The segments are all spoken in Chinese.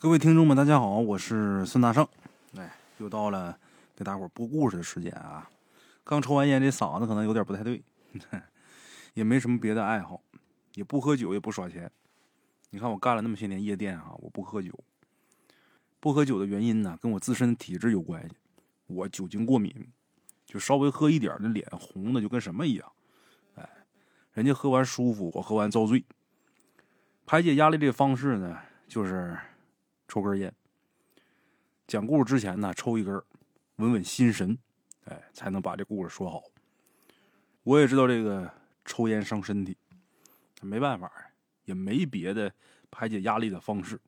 各位听众们，大家好，我是孙大圣。又到了给大伙播故事的时间啊！刚抽完烟，这嗓子可能有点不太对，也没什么别的爱好，也不喝酒，也不耍钱。你看我干了那么些年夜店啊，我不喝酒。不喝酒的原因呢，跟我自身的体质有关系。我酒精过敏，就稍微喝一点，那脸红的就跟什么一样。人家喝完舒服，我喝完遭罪。排解压力这个方式呢，就是抽根烟。讲故事之前呢，抽一根，稳稳心神，才能把这故事说好。我也知道这个抽烟伤身体，没办法，也没别的排解压力的方式。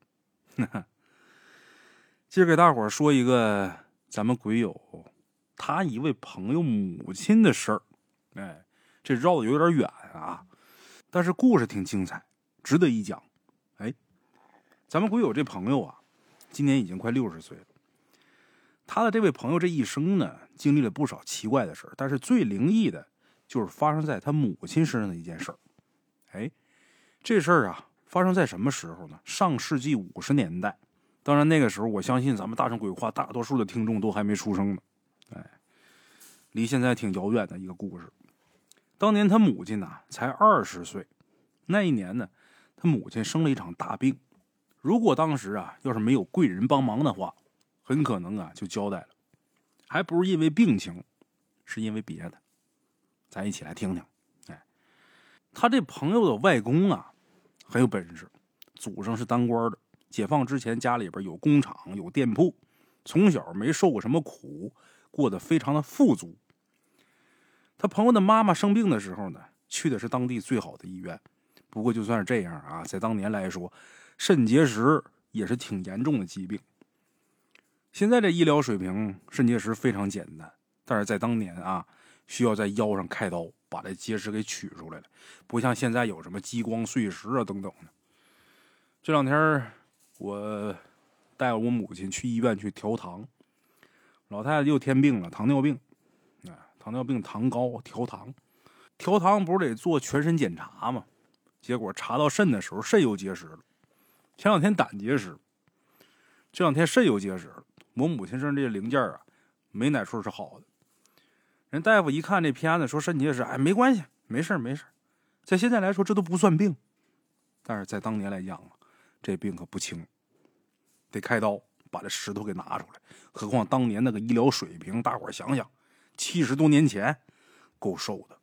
今儿给大伙儿说一个咱们鬼友他一位朋友母亲的事儿。这绕的有点远啊，但是故事挺精彩，值得一讲。咱们鬼友这朋友啊，今年已经快60岁了。他的这位朋友这一生呢，经历了不少奇怪的事儿，但是最灵异的就是发生在他母亲身上的一件事儿。这事儿啊，发生在什么时候呢？上世纪50年代。当然那个时候我相信咱们大圣鬼话大多数的听众都还没出生呢。离现在挺遥远的一个故事。当年他母亲呢才20岁，那一年呢，他母亲生了一场大病。如果当时啊要是没有贵人帮忙的话，很可能啊就交代了。还不是因为病情，是因为别的。咱一起来听听。他这朋友的外公啊很有本事，祖上是当官的，解放之前家里边有工厂有店铺，从小没受过什么苦，过得非常的富足。他朋友的妈妈生病的时候呢，去的是当地最好的医院。不过就算是这样啊，在当年来说，肾结石也是挺严重的疾病。现在这医疗水平，肾结石非常简单，但是在当年啊，需要在腰上开刀把这结石给取出来了，不像现在有什么激光碎石啊等等的。这两天我带我母亲去医院去调糖，老太太又添病了，糖尿病。糖尿病糖高，调糖不是得做全身检查吗？结果查到肾的时候，肾又结石了。前两天胆结石，这两天肾又结石了。我母亲身上这些零件啊，没哪处是好的。人大夫一看这片子，说肾结石，没关系，没事。在现在来说，这都不算病，但是在当年来讲啊，这病可不轻，得开刀把这石头给拿出来。何况当年那个医疗水平，大伙儿想想，70多年前，够受的。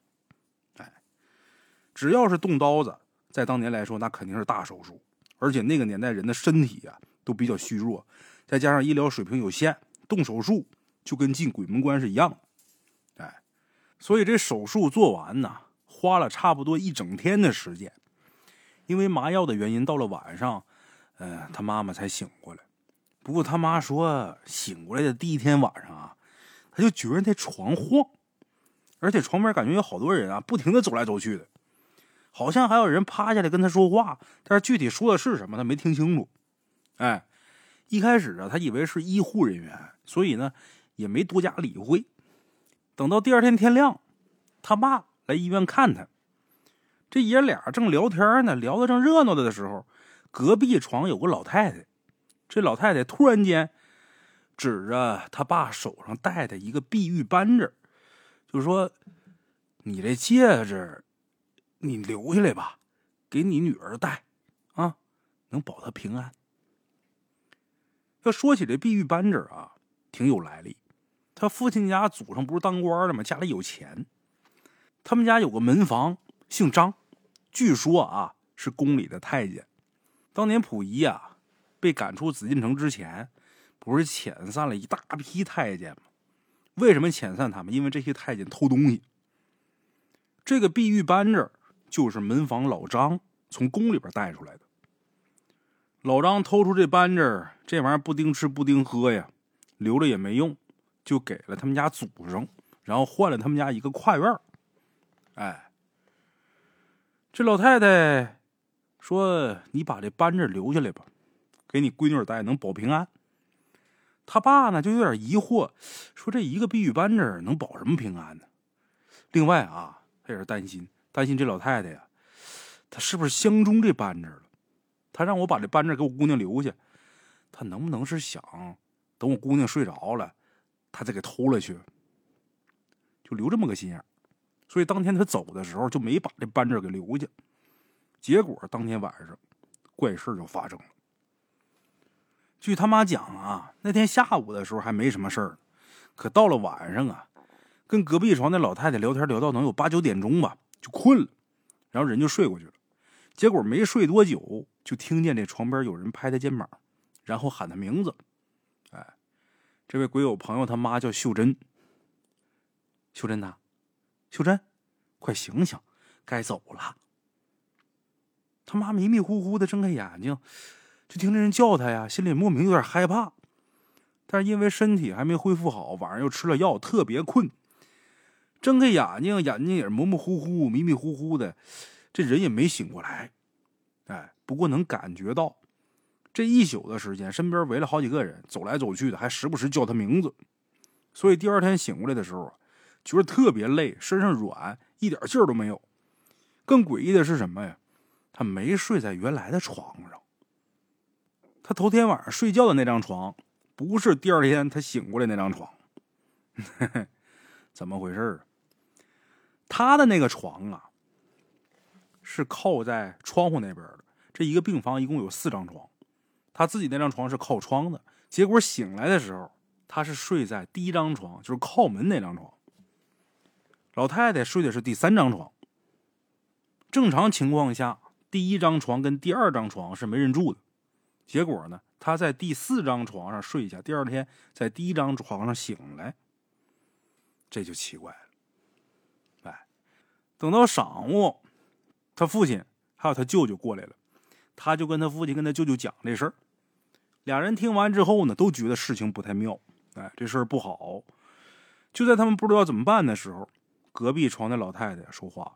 只要是动刀子，在当年来说，那肯定是大手术。而且那个年代人的身体啊都比较虚弱，再加上医疗水平有限，动手术就跟进鬼门关是一样的。所以这手术做完呢，花了差不多一整天的时间。因为麻药的原因，到了晚上，他妈妈才醒过来。不过他妈说，醒过来的第一天晚上啊，他就觉得那床晃，而且床边感觉有好多人啊，不停的走来走去的。好像还有人趴下来跟他说话，但是具体说的是什么他没听清楚。一开始啊，他以为是医护人员，所以呢也没多加理会。等到第二天天亮，他爸来医院看他，这爷俩正聊天呢，聊得正热闹的时候，隔壁床有个老太太。这老太太突然间指着他爸手上戴的一个碧玉扳指，就说：“你这戒指你留下来吧，给你女儿戴啊，能保她平安。”要说起这碧玉扳指啊，挺有来历。他父亲家祖上不是当官的吗？家里有钱。他们家有个门房，姓张，据说啊是宫里的太监。当年溥仪啊被赶出紫禁城之前，不是遣散了一大批太监吗？为什么遣散他们？因为这些太监偷东西。这个碧玉扳指就是门房老张从宫里边带出来的。老张偷出这扳指，这玩意儿不丁吃不丁喝呀，留着也没用，就给了他们家祖上，然后换了他们家一个跨院。这老太太说：“你把这扳指留下来吧，给你闺女戴，能保平安。”他爸呢就有点疑惑，说：“这一个碧玉扳指能保什么平安呢？”另外啊，他也是担心这老太太呀，她是不是相中这扳指了？他让我把这扳指给我姑娘留下， 他能不能是想等我姑娘睡着了，他再给偷了去，就留这么个心眼。所以当天他走的时候就没把这扳指给留下。结果当天晚上怪事就发生了。据他妈讲啊，那天下午的时候还没什么事儿，可到了晚上啊，跟隔壁床那老太太聊天聊到能有8、9点钟吧，就困了，然后人就睡过去了。结果没睡多久，就听见这床边有人拍他肩膀，然后喊他名字。哎，这位鬼友朋友他妈叫秀珍。秀珍呐，秀珍，快醒醒，该走了。他妈迷迷糊糊的睁开眼睛，就听着人叫他呀，心里莫名有点害怕。但是因为身体还没恢复好，晚上又吃了药，特别困。睁开眼睛，眼睛也是模模糊糊、迷迷糊糊的，这人也没醒过来。哎，不过能感觉到，这一宿的时间，身边围了好几个人，走来走去的，还时不时叫他名字。所以第二天醒过来的时候啊，觉得特别累，身上软，一点劲儿都没有。更诡异的是什么呀？他没睡在原来的床上，他头天晚上睡觉的那张床，不是第二天他醒过来那张床。怎么回事啊？他的那个床啊，是靠在窗户那边的。这一个病房一共有4张床，他自己那张床是靠窗的。结果醒来的时候，他是睡在第1张床，就是靠门那张床。老太太睡的是第3张床。正常情况下，第1张床跟第2张床是没人住的。结果呢，他在第4张床上睡下，第二天在第1张床上醒来，这就奇怪了。哎，等到晌午，他父亲还有他舅舅过来了，他就跟他父亲跟他舅舅讲这事儿。俩人听完之后呢，都觉得事情不太妙，哎，这事儿不好。就在他们不知道怎么办的时候，隔壁床的老太太说话了。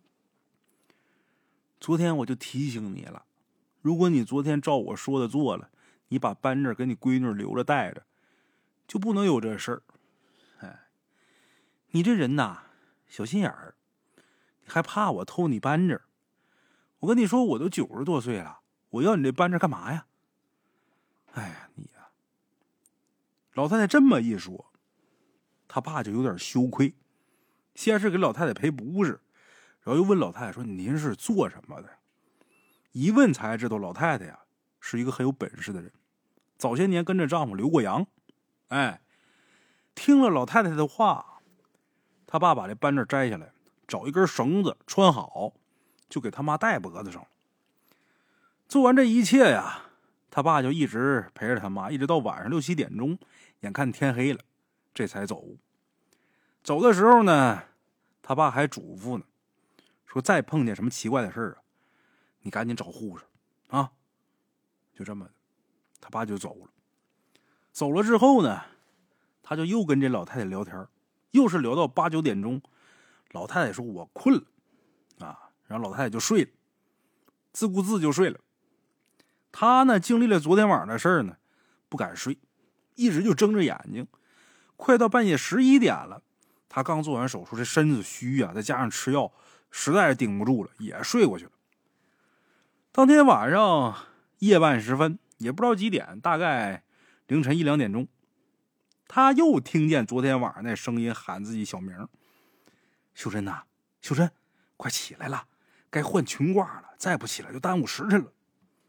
昨天我就提醒你了，如果你昨天照我说的做了，你把扳指给你闺女留着带着，就不能有这事儿。哎，你这人呐，小心眼儿，你还怕我偷你扳指？我跟你说，我都90多岁了，我要你这扳指干嘛呀？哎呀，你呀，老太太这么一说，他爸就有点羞愧，先是给老太太赔不是，然后又问老太太说：“您是做什么的？”一问才知道，老太太呀是一个很有本事的人，早些年跟着丈夫留过洋。哎，听了老太太的话，他爸把这扳指摘下来，找一根绳子穿好，就给他妈戴脖子上了。做完这一切呀，他爸就一直陪着他妈，一直到晚上6、7点钟，眼看天黑了，这才走。走的时候呢，他爸还嘱咐呢，说再碰见什么奇怪的事啊，你赶紧找护士啊。就这么的，他爸就走了。走了之后呢，他就又跟这老太太聊天，又是聊到8、9点钟。老太太说我困了啊，然后老太太就睡了，自顾自就睡了。他呢经历了昨天晚上的事儿呢，不敢睡，一直就睁着眼睛。快到半夜11点了，他刚做完手术，这身子虚啊，再加上吃药，实在是顶不住了，也睡过去了。当天晚上夜半时分，也不知道几点，大概凌晨1、2点钟，他又听见昨天晚上那声音喊自己小名：“秀珍呐，秀珍，快起来了，该换裙褂了，再不起来就耽误时辰了。”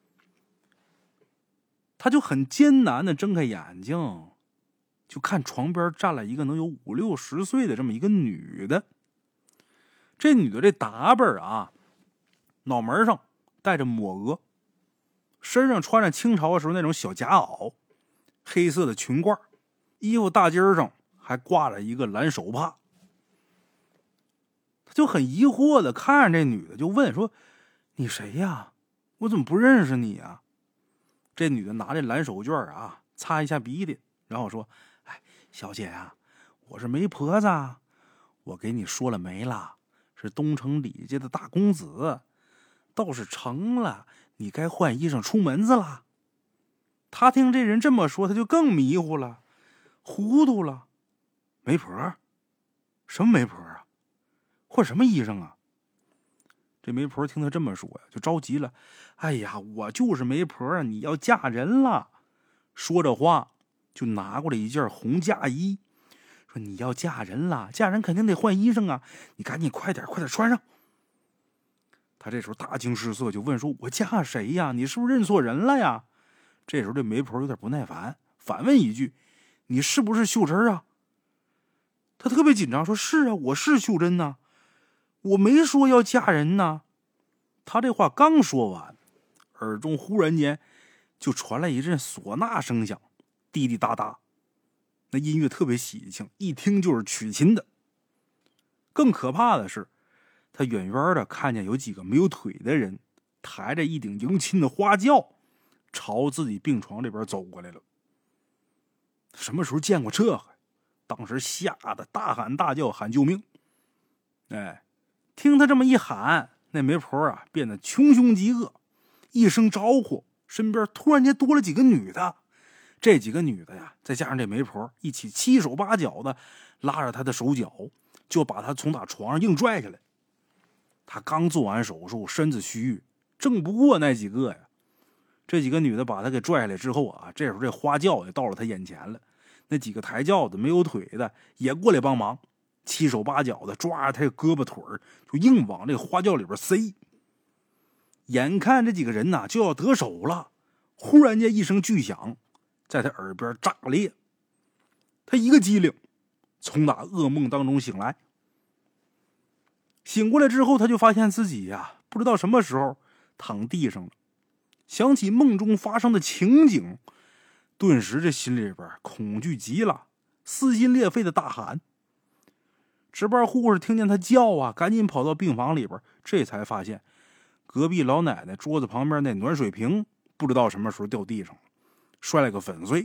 他就很艰难的睁开眼睛，就看床边站了一个能有50、60岁的这么一个女的。这女的这打扮啊，脑门上戴着抹额，身上穿着清朝的时候那种小夹袄，黑色的裙褂，衣服大襟上还挂了一个蓝手帕。他就很疑惑的看着这女的，就问说：“你谁呀？我怎么不认识你呀？”这女的拿这蓝手绢啊，擦一下鼻涕，然后说：“哎，小姐啊，我是媒婆子，我给你说了媒了，是东城李家的大公子，倒是成了，你该换衣裳出门子了。”他听这人这么说，他就更迷糊了，糊涂了。媒婆？什么媒婆啊？换什么衣裳啊？这媒婆听他这么说呀，就着急了。哎呀，我就是媒婆啊，你要嫁人了。 说着话就拿过来一件红嫁衣，说你要嫁人了，嫁人肯定得换衣裳啊，你赶紧快点穿上。他这时候大惊失色，就问说，我嫁谁呀？你是不是认错人了呀？这时候这媒婆有点不耐烦，反问一句，你是不是秀珍啊？他特别紧张，说是啊，我是秀珍呐，我没说要嫁人呐。他这话刚说完，耳中忽然间就传来一阵唢呐声响，滴滴答答，那音乐特别喜庆，一听就是曲琴的。更可怕的是，他远远的看见有几个没有腿的人抬着一顶迎亲的花轿朝自己病床这边走过来了。什么时候见过这个？当时吓得大喊大叫，喊救命。听他这么一喊，那媒婆啊变得穷凶极恶，一声招呼，身边突然间多了几个女的。这几个女的呀，再加上这媒婆，一起七手八脚的拉着他的手脚，就把他从他床上硬拽下来。他刚做完手术，身子虚郁，挣不过那几个呀。这几个女的把他给拽下来之后啊，这时候这花轿也到了他眼前了。那几个抬轿的没有腿的也过来帮忙，七手八脚的抓着他的胳膊腿就硬往这个花轿里边塞。眼看这几个人就要得手了，忽然间一声巨响在他耳边炸裂，他一个机灵，从那噩梦当中醒来。醒过来之后，他就发现自己不知道什么时候躺地上了，想起梦中发生的情景，顿时这心里边恐惧极了，撕心裂肺的大喊。值班护士听见他叫赶紧跑到病房里边，这才发现隔壁老奶奶桌子旁边那暖水瓶不知道什么时候掉地上了，摔了个粉碎。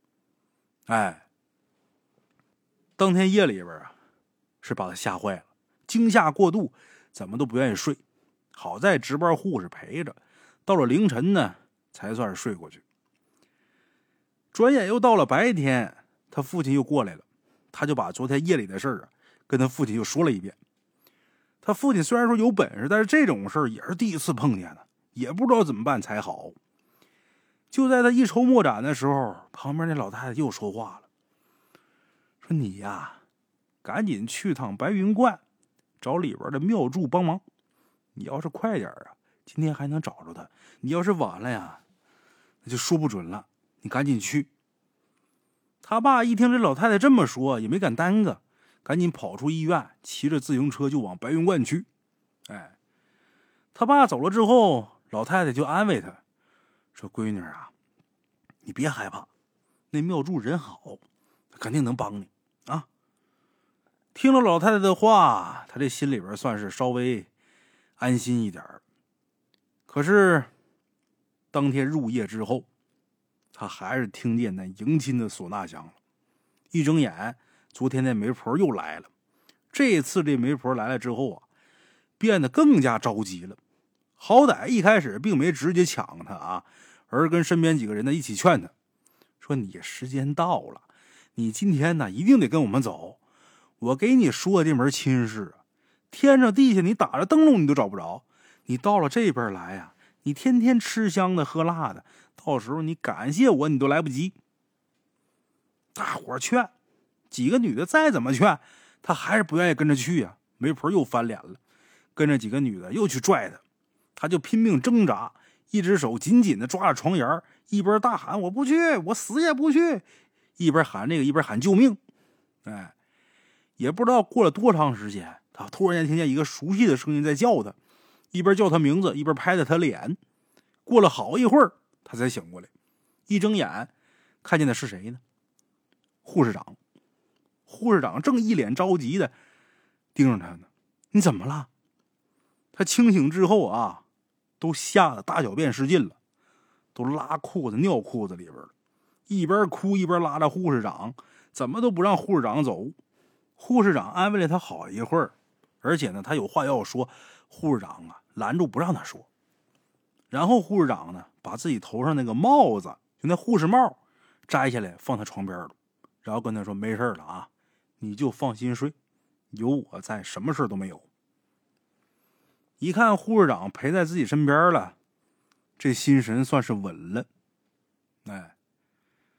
当天夜里边是把他吓坏了，惊吓过度，怎么都不愿意睡。好在值班护士陪着，到了凌晨呢才算是睡过去。转眼又到了白天，他父亲又过来了，他就把昨天夜里的事跟他父亲又说了一遍。他父亲虽然说有本事，但是这种事也是第一次碰见的，也不知道怎么办才好。就在他一筹莫展的时候，旁边那老太太又说话了，说你赶紧去趟白云观，找里边的庙祝帮忙。你要是快点今天还能找着他，你要是晚了那就说不准了，你赶紧去。他爸一听这老太太这么说，也没敢耽搁，赶紧跑出医院，骑着自行车就往白云观去。他爸走了之后，老太太就安慰他说，闺女你别害怕，那庙祝人好，他肯定能帮你啊。听了老太太的话，他这心里边算是稍微安心一点。可是当天入夜之后，他还是听见那迎亲的唢呐响了。一睁眼，昨天那媒婆又来了。这次这媒婆来了之后变得更加着急了。好歹一开始并没直接抢他而跟身边几个人一起劝他，说你时间到了，你今天一定得跟我们走。我给你说这门亲事天上地下你打着灯笼你都找不着，你到了这边来你天天吃香的喝辣的，到时候你感谢我你都来不及。大伙劝，几个女的再怎么劝，他还是不愿意跟着去媒婆又翻脸了，跟着几个女的又去拽他，他就拼命挣扎，一只手紧紧的抓着床沿，一边大喊我不去，我死也不去，一边喊这个一边喊救命。也不知道过了多长时间，他突然间听见一个熟悉的声音在叫他，一边叫他名字一边拍着他脸。过了好一会儿他才醒过来，一睁眼看见的是谁呢？护士长。护士长正一脸着急的盯着他呢。你怎么了？他清醒之后都吓得大小便失禁了，都拉裤子尿裤子里边了，一边哭一边拉着护士长，怎么都不让护士长走。护士长安慰了他好一会儿，而且呢他有话要说，护士长拦住不让他说。然后护士长呢把自己头上那个帽子，就那护士帽摘下来放他床边了，然后跟他说没事了你就放心睡，有我在，什么事都没有。一看护士长陪在自己身边了，这心神算是稳了。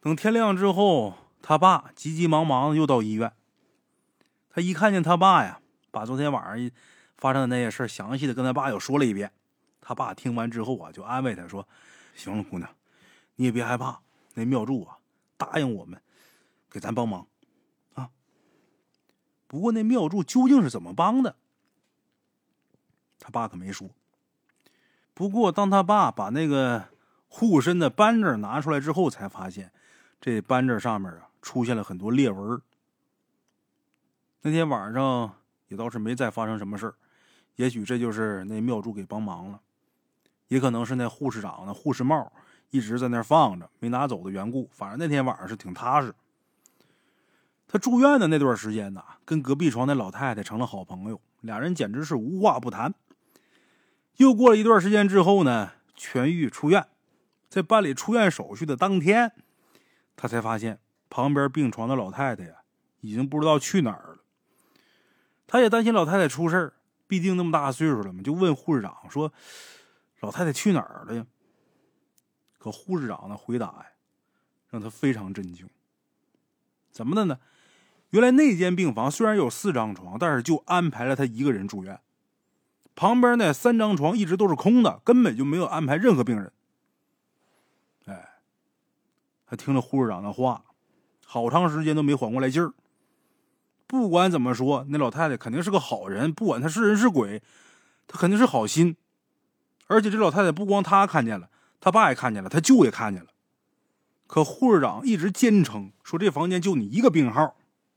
等天亮之后，他爸急急忙忙又到医院。他一看见他爸呀，把昨天晚上发生的那些事详细的跟他爸又说了一遍。他爸听完之后啊，就安慰他说：“行了，姑娘，你也别害怕，那庙祝啊答应我们给咱帮忙啊。不过那庙祝究竟是怎么帮的，他爸可没说。不过当他爸把那个护身的扳指拿出来之后，才发现这扳指上面啊出现了很多裂纹。那天晚上也倒是没再发生什么事儿，也许这就是那庙祝给帮忙了，也可能是那护士长的护士帽一直在那儿放着没拿走的缘故。反正那天晚上是挺踏实。他住院的那段时间呢，跟隔壁床那老太太成了好朋友，俩人简直是无话不谈。又过了一段时间之后呢，痊愈出院。在办理出院手续的当天，他才发现旁边病床的老太太呀，已经不知道去哪儿了。他也担心老太太出事儿，毕竟那么大岁数了嘛，就问护士长说：“老太太去哪儿了呀？”可护士长的回答呀，让他非常震惊。怎么的呢？原来那间病房虽然有4张床，但是就安排了他一个人住院，旁边那3张床一直都是空的，根本就没有安排任何病人。他听了护士长的话，好长时间都没缓过来劲儿。不管怎么说，那老太太肯定是个好人，不管她是人是鬼，她肯定是好心。而且这老太太不光她看见了，她爸也看见了，她舅也看见了。可护士长一直坚称说这房间就你一个病号。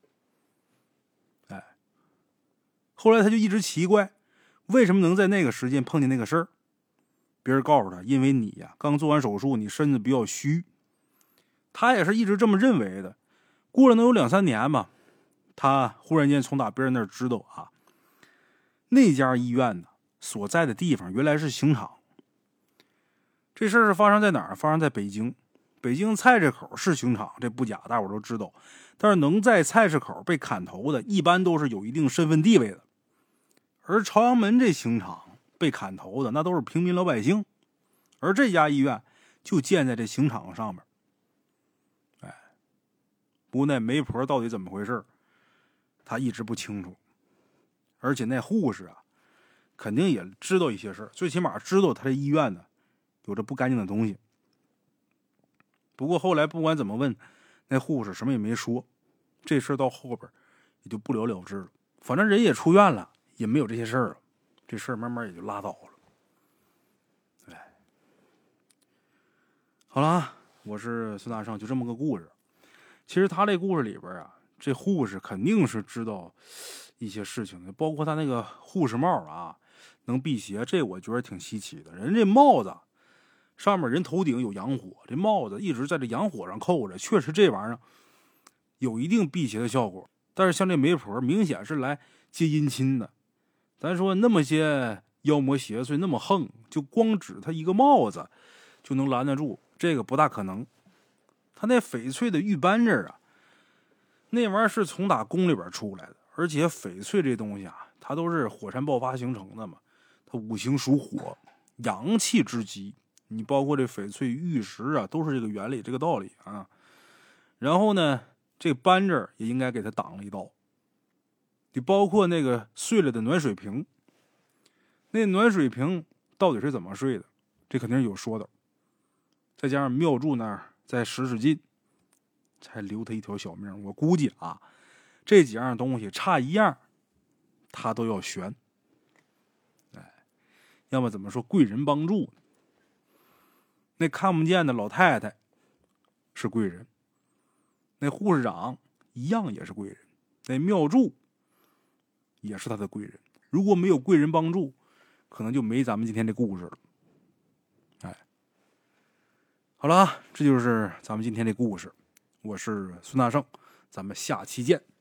后来他就一直奇怪，为什么能在那个时间碰见那个事儿？别人告诉他，因为你呀刚做完手术，你身子比较虚。他也是一直这么认为的。过了能有2、3年吧，他忽然间从别人那儿知道啊，那家医院呢所在的地方原来是刑场。这事儿是发生在哪儿？发生在北京。北京菜市口是刑场，这不假，大伙都知道。但是能在菜市口被砍头的，一般都是有一定身份地位的。而朝阳门这刑场被砍头的，那都是平民老百姓。而这家医院就建在这刑场上面。不过那媒婆到底怎么回事，他一直不清楚。而且那护士啊，肯定也知道一些事儿，最起码知道他这医院呢有着不干净的东西。不过后来不管怎么问，那护士什么也没说，这事到后边也就不了了之了。反正人也出院了，也没有这些事儿了，这事儿慢慢也就拉倒了。好了啊，我是孙大圣，就这么个故事。其实他这故事里边啊，这护士肯定是知道一些事情的，包括他那个护士帽啊，能辟邪，这我觉得挺稀奇的。人这帽子上面人头顶有阳火，这帽子一直在这阳火上扣着，确实这玩意儿有一定辟邪的效果。但是像这媒婆明显是来接姻亲的，咱说那么些妖魔邪祟那么横，就光指他一个帽子就能拦得住，这个不大可能。他那翡翠的玉扳指啊，那玩意儿是从宫里边出来的，而且翡翠这东西啊，它都是火山爆发形成的嘛，它五行属火，阳气之极。你包括这翡翠、玉石啊，都是这个原理、这个道理啊。然后呢，这个扳指也应该给他挡了一刀。你包括那个碎了的暖水瓶，那暖水瓶到底是怎么碎的？这肯定是有说道。再加上庙祝那儿再使劲，才留他一条小命。我估计啊，这几样东西差一样，他都要悬。要么怎么说贵人帮助？那看不见的老太太是贵人，那护士长一样也是贵人，那庙祝也是他的贵人。如果没有贵人帮助，可能就没咱们今天这故事了。好了，这就是咱们今天这故事。我是孙大圣，咱们下期见。